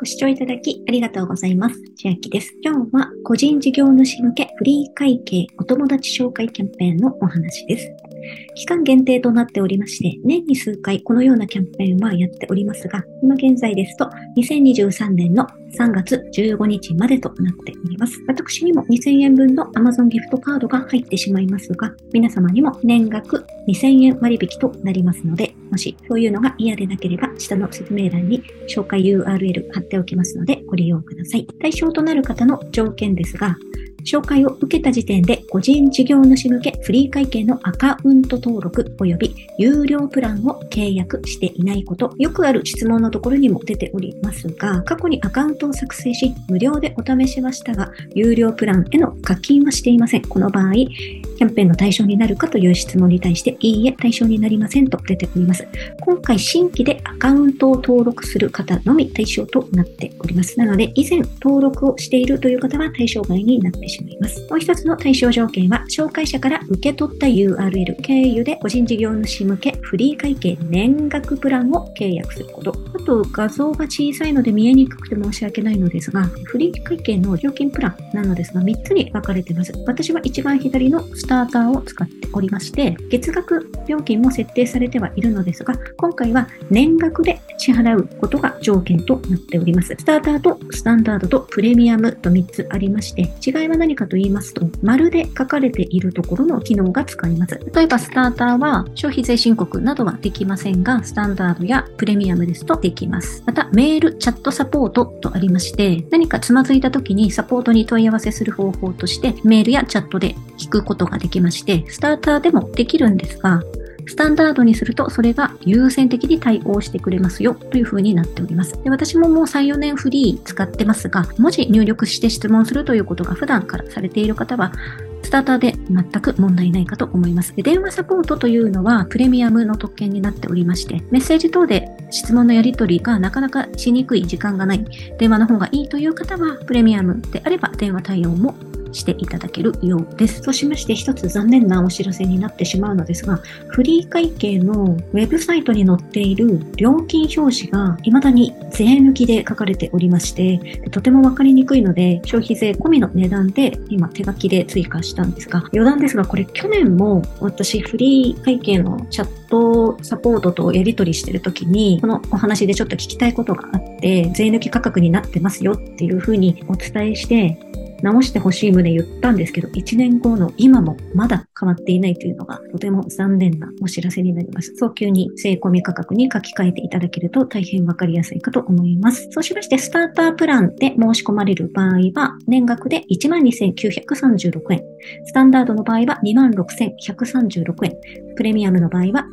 ご視聴いただきありがとうございます。千秋です。今日は個人事業主向けフリー会計お友達紹介キャンペーンのお話です。期間限定となっておりまして、年に数回このようなキャンペーンはやっておりますが、今現在ですと2023年の3月15日までとなっております。私にも2000円分の Amazon ギフトカードが入ってしまいますが、皆様にも年額2000円割引となりますので、もしそういうのが嫌でなければ、下の説明欄に紹介 URL 貼っておきますのでご利用ください。対象となる方の条件ですが、紹介を受けた時点で個人事業主向けフリー会計のアカウント登録及び有料プランを契約していないこと、よくある質問のところにも出ておりますが、過去にアカウントを作成し無料でお試しはしたが、有料プランへの課金はしていません。この場合、キャンペーンの対象になるかという質問に対して、いいえ、対象になりませんと出ております。今回新規でアカウントを登録する方のみ対象となっております。なので、以前登録をしているという方は対象外になってしまいます。もう一つの対象条件は、紹介者から受け取った URL 経由で個人事業主向けフリー会計年額プランを契約すること。あと、画像が小さいので見えにくくて申し訳ないのですが、フリー会計の料金プランなのですが、3つに分かれています。私は一番左のスターターを使っておりまして、月額料金も設定されてはいるのですが、今回は年額で支払うことが条件となっております。スターターとスタンダードとプレミアムと3つありまして、違いは何かと言いますと、丸で書かれているところの機能が使えます。例えばスターターは消費税申告などはできませんが、スタンダードやプレミアムですとできます。また、メール、チャットサポートとありまして、何かつまずいた時にサポートに問い合わせする方法として、メールやチャットで聞くことができまして、スターターでもできるんですが、スタンダードにするとそれが優先的に対応してくれますよという風になっております。で、私ももう3、4年フリー使ってますが、文字入力して質問するということが普段からされている方は、スターターで全く問題ないかと思います。で、電話サポートというのはプレミアムの特権になっておりまして、メッセージ等で質問のやり取りがなかなかしにくい時間がない、電話の方がいいという方は、プレミアムであれば電話対応もしていただけるようです。そうしまして一つ残念なお知らせになってしまうのですが、フリー会計のウェブサイトに載っている料金表示が未だに税抜きで書かれておりまして、とてもわかりにくいので消費税込みの値段で今手書きで追加したんですが、余談ですがこれ去年も私フリー会計のチャットサポートとやり取りしてるときにこのお話でちょっと聞きたいことがあって、税抜き価格になってますよっていうふうにお伝えして直してほしい旨言ったんですけど、1年後の今もまだ変わっていないというのがとても残念なお知らせになります。早急に税込み価格に書き換えていただけると大変わかりやすいかと思います。そうしまして、スタータープランで申し込まれる場合は、年額で 12,936 円。スタンダードの場合は 26,136 円。プレミアムの場合は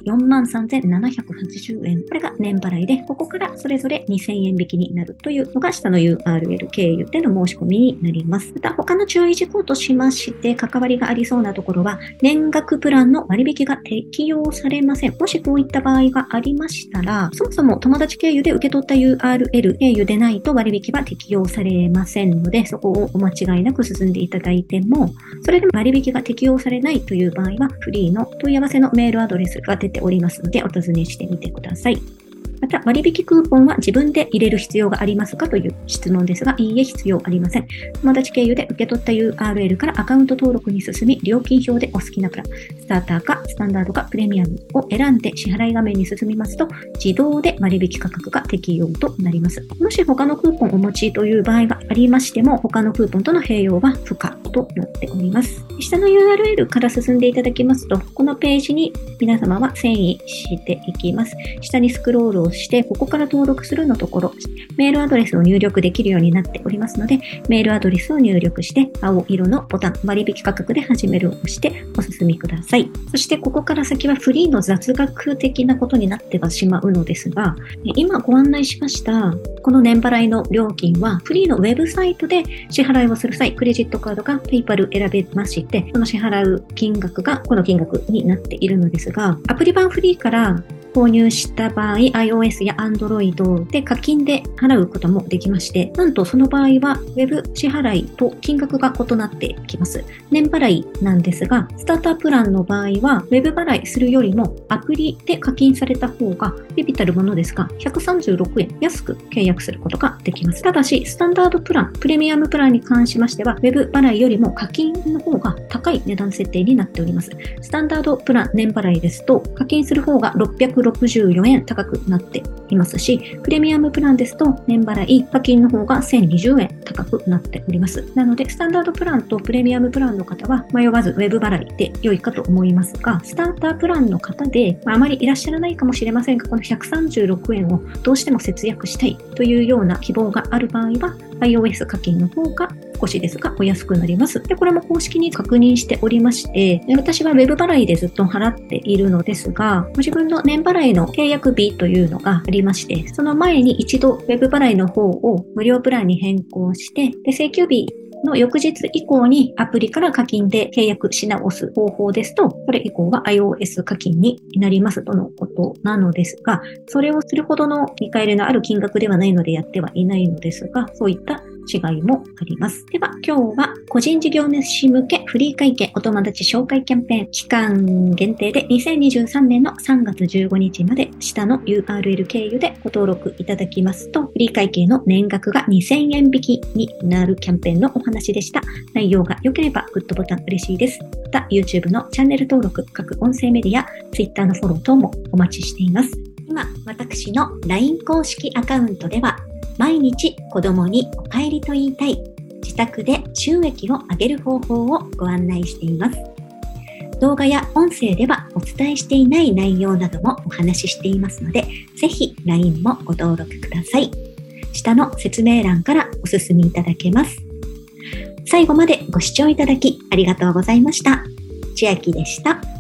43,780 円。これが年払いで、ここからそれぞれ2000円引きになるというのが下の URL 経由での申し込みになります。また他の注意事項としまして関わりがありそうなところは、年額プランの割引が適用されません。もしこういった場合がありましたら、そもそも友達経由で受け取った URL 経由でないと割引は適用されませんので、そこをお間違いなく進んでいただいても、それでも割引が適用されないという場合は、フリーの問い合わせのメールアドレスが出ておりますので、お尋ねしてみてください。また、割引クーポンは自分で入れる必要がありますかという質問ですが、いいえ、必要ありません。友達経由で受け取った URL からアカウント登録に進み、料金表でお好きなプラン、スターターかスタンダードかプレミアムを選んで支払い画面に進みますと、自動で割引価格が適用となります。もし他のクーポンをお持ちという場合がありましても、他のクーポンとの併用は不可となっております。下の URL から進んでいただきますと、このページに皆様は遷移していきます。下にスクロールをして、ここから登録するのところ、メールアドレスを入力できるようになっておりますので、メールアドレスを入力して、青色のボタン、割引価格で始めるを押してお進みください。そしてここから先はフリーの雑学的なことになってはしまうのですが、今ご案内しましたこの年払いの料金は、フリーのウェブサイトで支払いをする際、クレジットカードかペイパル選べまして、その支払う金額がこの金額になっているのですが、アプリ版フリーから購入した場合、iOS や Android で課金で払うこともできまして、なんとその場合は Web 支払いと金額が異なってきます。年払いなんですが、スタータープランの場合は Web 払いするよりもアプリで課金された方がビビたるものですが、136円安く契約することができます。ただし、スタンダードプラン、プレミアムプランに関しましては、Web 払いよりも課金の方が高い値段設定になっております。スタンダードプラン年払いですと、課金する方が664円高くなっていますし、プレミアムプランですと、年払い、課金の方が1020円高くなっております。なので、スタンダードプランとプレミアムプランの方は、迷わず Web 払いで良いかと思いますが、スタータープランの方で、あまりいらっしゃらないかもしれませんが、この136円をどうしても節約したいというような希望がある場合は、iOS 課金の方が少しですがお安くなります。で、これも公式に確認しておりまして、私は Web 払いでずっと払っているのですが、自分の年払いの契約日というのがありまして、その前に一度 Web 払いの方を無料プランに変更して、で、請求日の翌日以降にアプリから課金で契約し直す方法ですと、それ以降は iOS 課金になりますとのことなのですが、それをするほどの見返りのある金額ではないのでやってはいないのですが、そういった違いもあります。では今日は個人事業主向けフリー会計お友達紹介キャンペーン期間限定で2023年の3月15日まで下の URL 経由でご登録いただきますとフリー会計の年額が2000円引きになるキャンペーンのお話でした。内容が良ければグッドボタン嬉しいです。また YouTube のチャンネル登録、各音声メディア、Twitter のフォロー等もお待ちしています。今私の LINE 公式アカウントでは毎日子供にお帰りと言いたい自宅で収益を上げる方法をご案内しています。動画や音声ではお伝えしていない内容などもお話ししていますので、ぜひ LINE もご登録ください。下の説明欄からお進みいただけます。最後までご視聴いただきありがとうございました。千秋でした。